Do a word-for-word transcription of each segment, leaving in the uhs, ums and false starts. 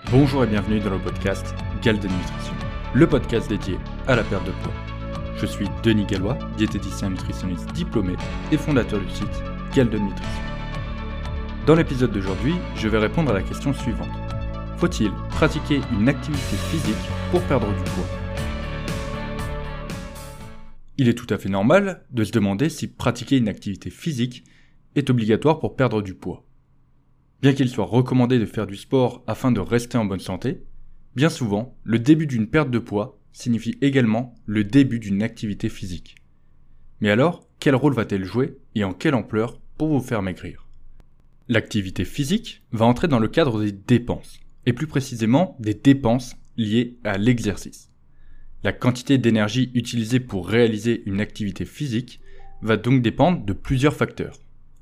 Bonjour et bienvenue dans le podcast Galden Nutrition, le podcast dédié à la perte de poids. Je suis Denis Gallois, diététicien nutritionniste diplômé et fondateur du site Galden Nutrition. Dans l'épisode d'aujourd'hui, je vais répondre à la question suivante. Faut-il pratiquer une activité physique pour perdre du poids ? Il est tout à fait normal de se demander si pratiquer une activité physique est obligatoire pour perdre du poids. Bien qu'il soit recommandé de faire du sport afin de rester en bonne santé, bien souvent, le début d'une perte de poids signifie également le début d'une activité physique. Mais alors, quel rôle va-t-elle jouer et en quelle ampleur pour vous faire maigrir ? L'activité physique va entrer dans le cadre des dépenses, et plus précisément des dépenses liées à l'exercice. La quantité d'énergie utilisée pour réaliser une activité physique va donc dépendre de plusieurs facteurs.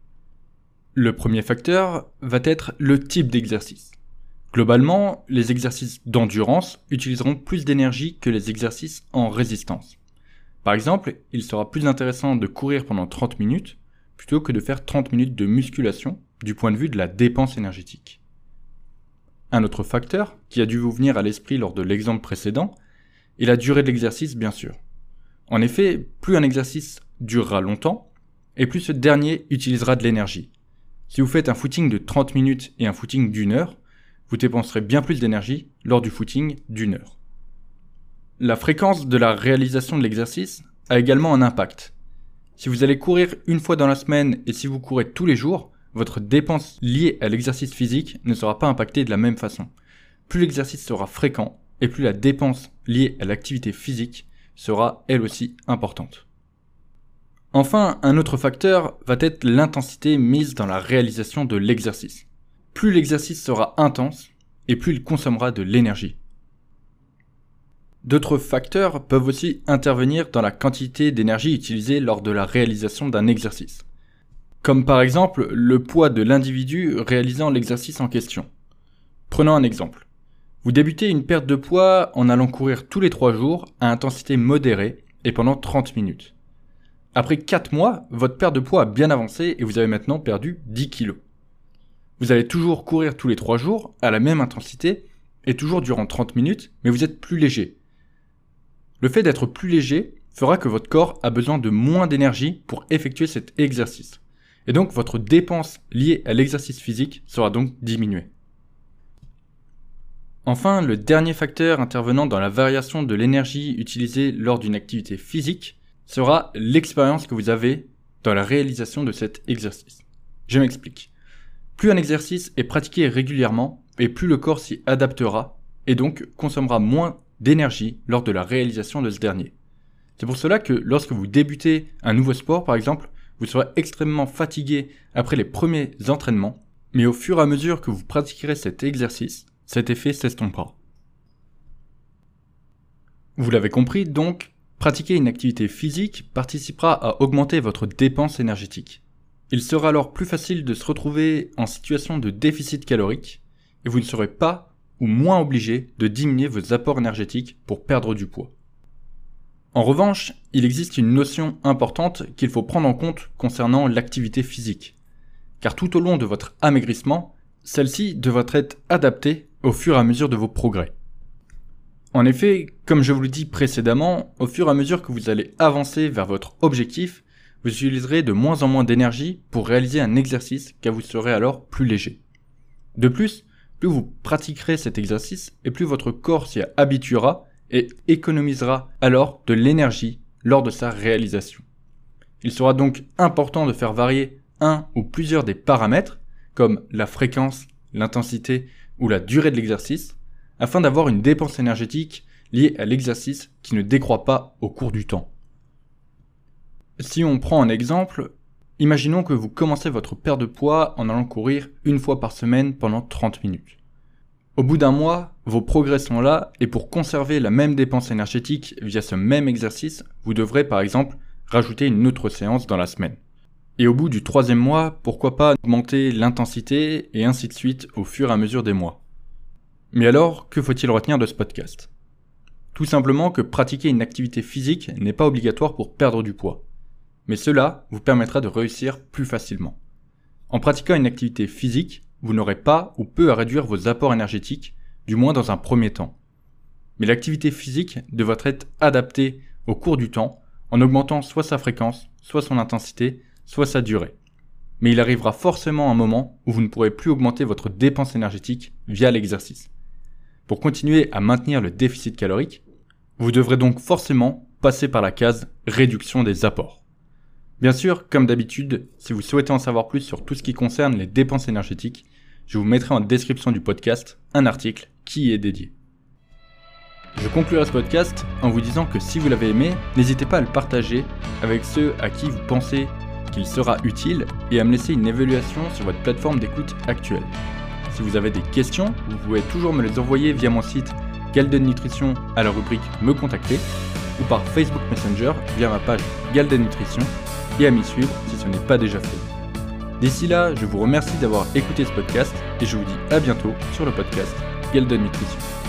Le premier facteur va être le type d'exercice. Globalement, les exercices d'endurance utiliseront plus d'énergie que les exercices en résistance. Par exemple, il sera plus intéressant de courir pendant trente minutes plutôt que de faire trente minutes de musculation du point de vue de la dépense énergétique. Un autre facteur qui a dû vous venir à l'esprit lors de l'exemple précédent est la durée de l'exercice, bien sûr. En effet, plus un exercice durera longtemps, et plus ce dernier utilisera de l'énergie. Si vous faites un footing de trente minutes et un footing d'une heure, vous dépenserez bien plus d'énergie lors du footing d'une heure. La fréquence de la réalisation de l'exercice a également un impact. Si vous allez courir une fois dans la semaine et si vous courez tous les jours, votre dépense liée à l'exercice physique ne sera pas impactée de la même façon. Plus l'exercice sera fréquent et plus la dépense liée à l'activité physique sera elle aussi importante. Enfin, un autre facteur va être l'intensité mise dans la réalisation de l'exercice. Plus l'exercice sera intense, et plus il consommera de l'énergie. D'autres facteurs peuvent aussi intervenir dans la quantité d'énergie utilisée lors de la réalisation d'un exercice. Comme par exemple le poids de l'individu réalisant l'exercice en question. Prenons un exemple. Vous débutez une perte de poids en allant courir tous les trois jours à intensité modérée et pendant trente minutes. Après quatre mois, votre perte de poids a bien avancé et vous avez maintenant perdu dix kilos. Vous allez toujours courir tous les trois jours à la même intensité et toujours durant trente minutes, mais vous êtes plus léger. Le fait d'être plus léger fera que votre corps a besoin de moins d'énergie pour effectuer cet exercice. Et donc votre dépense liée à l'exercice physique sera donc diminuée. Enfin, le dernier facteur intervenant dans la variation de l'énergie utilisée lors d'une activité physique sera l'expérience que vous avez dans la réalisation de cet exercice. Je m'explique. Plus un exercice est pratiqué régulièrement, et plus le corps s'y adaptera, et donc consommera moins d'énergie lors de la réalisation de ce dernier. C'est pour cela que lorsque vous débutez un nouveau sport, par exemple, vous serez extrêmement fatigué après les premiers entraînements, mais au fur et à mesure que vous pratiquerez cet exercice, cet effet s'estompera. Vous l'avez compris, donc, pratiquer une activité physique participera à augmenter votre dépense énergétique. Il sera alors plus facile de se retrouver en situation de déficit calorique et vous ne serez pas ou moins obligé de diminuer vos apports énergétiques pour perdre du poids. En revanche, il existe une notion importante qu'il faut prendre en compte concernant l'activité physique. Car tout au long de votre amaigrissement, celle-ci devra être adaptée au fur et à mesure de vos progrès. En effet, comme je vous l'ai dit précédemment, au fur et à mesure que vous allez avancer vers votre objectif, vous utiliserez de moins en moins d'énergie pour réaliser un exercice car vous serez alors plus léger. De plus, plus vous pratiquerez cet exercice et plus votre corps s'y habituera et économisera alors de l'énergie lors de sa réalisation. Il sera donc important de faire varier un ou plusieurs des paramètres comme la fréquence, l'intensité ou la durée de l'exercice afin d'avoir une dépense énergétique liée à l'exercice qui ne décroît pas au cours du temps. Si on prend un exemple, imaginons que vous commencez votre perte de poids en allant courir une fois par semaine pendant trente minutes. Au bout d'un mois, vos progrès sont là et pour conserver la même dépense énergétique via ce même exercice, vous devrez par exemple rajouter une autre séance dans la semaine. Et au bout du troisième mois, pourquoi pas augmenter l'intensité et ainsi de suite au fur et à mesure des mois. Mais alors, que faut-il retenir de ce podcast ? Tout simplement que pratiquer une activité physique n'est pas obligatoire pour perdre du poids. Mais cela vous permettra de réussir plus facilement. En pratiquant une activité physique, vous n'aurez pas ou peu à réduire vos apports énergétiques du moins dans un premier temps. Mais l'activité physique devra être adaptée au cours du temps en augmentant soit sa fréquence, soit son intensité, soit sa durée. Mais il arrivera forcément un moment où vous ne pourrez plus augmenter votre dépense énergétique via l'exercice. Pour continuer à maintenir le déficit calorique, vous devrez donc forcément passer par la case réduction des apports. Bien sûr, comme d'habitude, si vous souhaitez en savoir plus sur tout ce qui concerne les dépenses énergétiques, je vous mettrai en description du podcast un article qui y est dédié. Je conclurai ce podcast en vous disant que si vous l'avez aimé, n'hésitez pas à le partager avec ceux à qui vous pensez qu'il sera utile et à me laisser une évaluation sur votre plateforme d'écoute actuelle. Si vous avez des questions, vous pouvez toujours me les envoyer via mon site Galden Nutrition à la rubrique Me contacter ou par Facebook Messenger via ma page Galden Nutrition et à m'y suivre si ce n'est pas déjà fait. D'ici là, je vous remercie d'avoir écouté ce podcast et je vous dis à bientôt sur le podcast Galden Nutrition.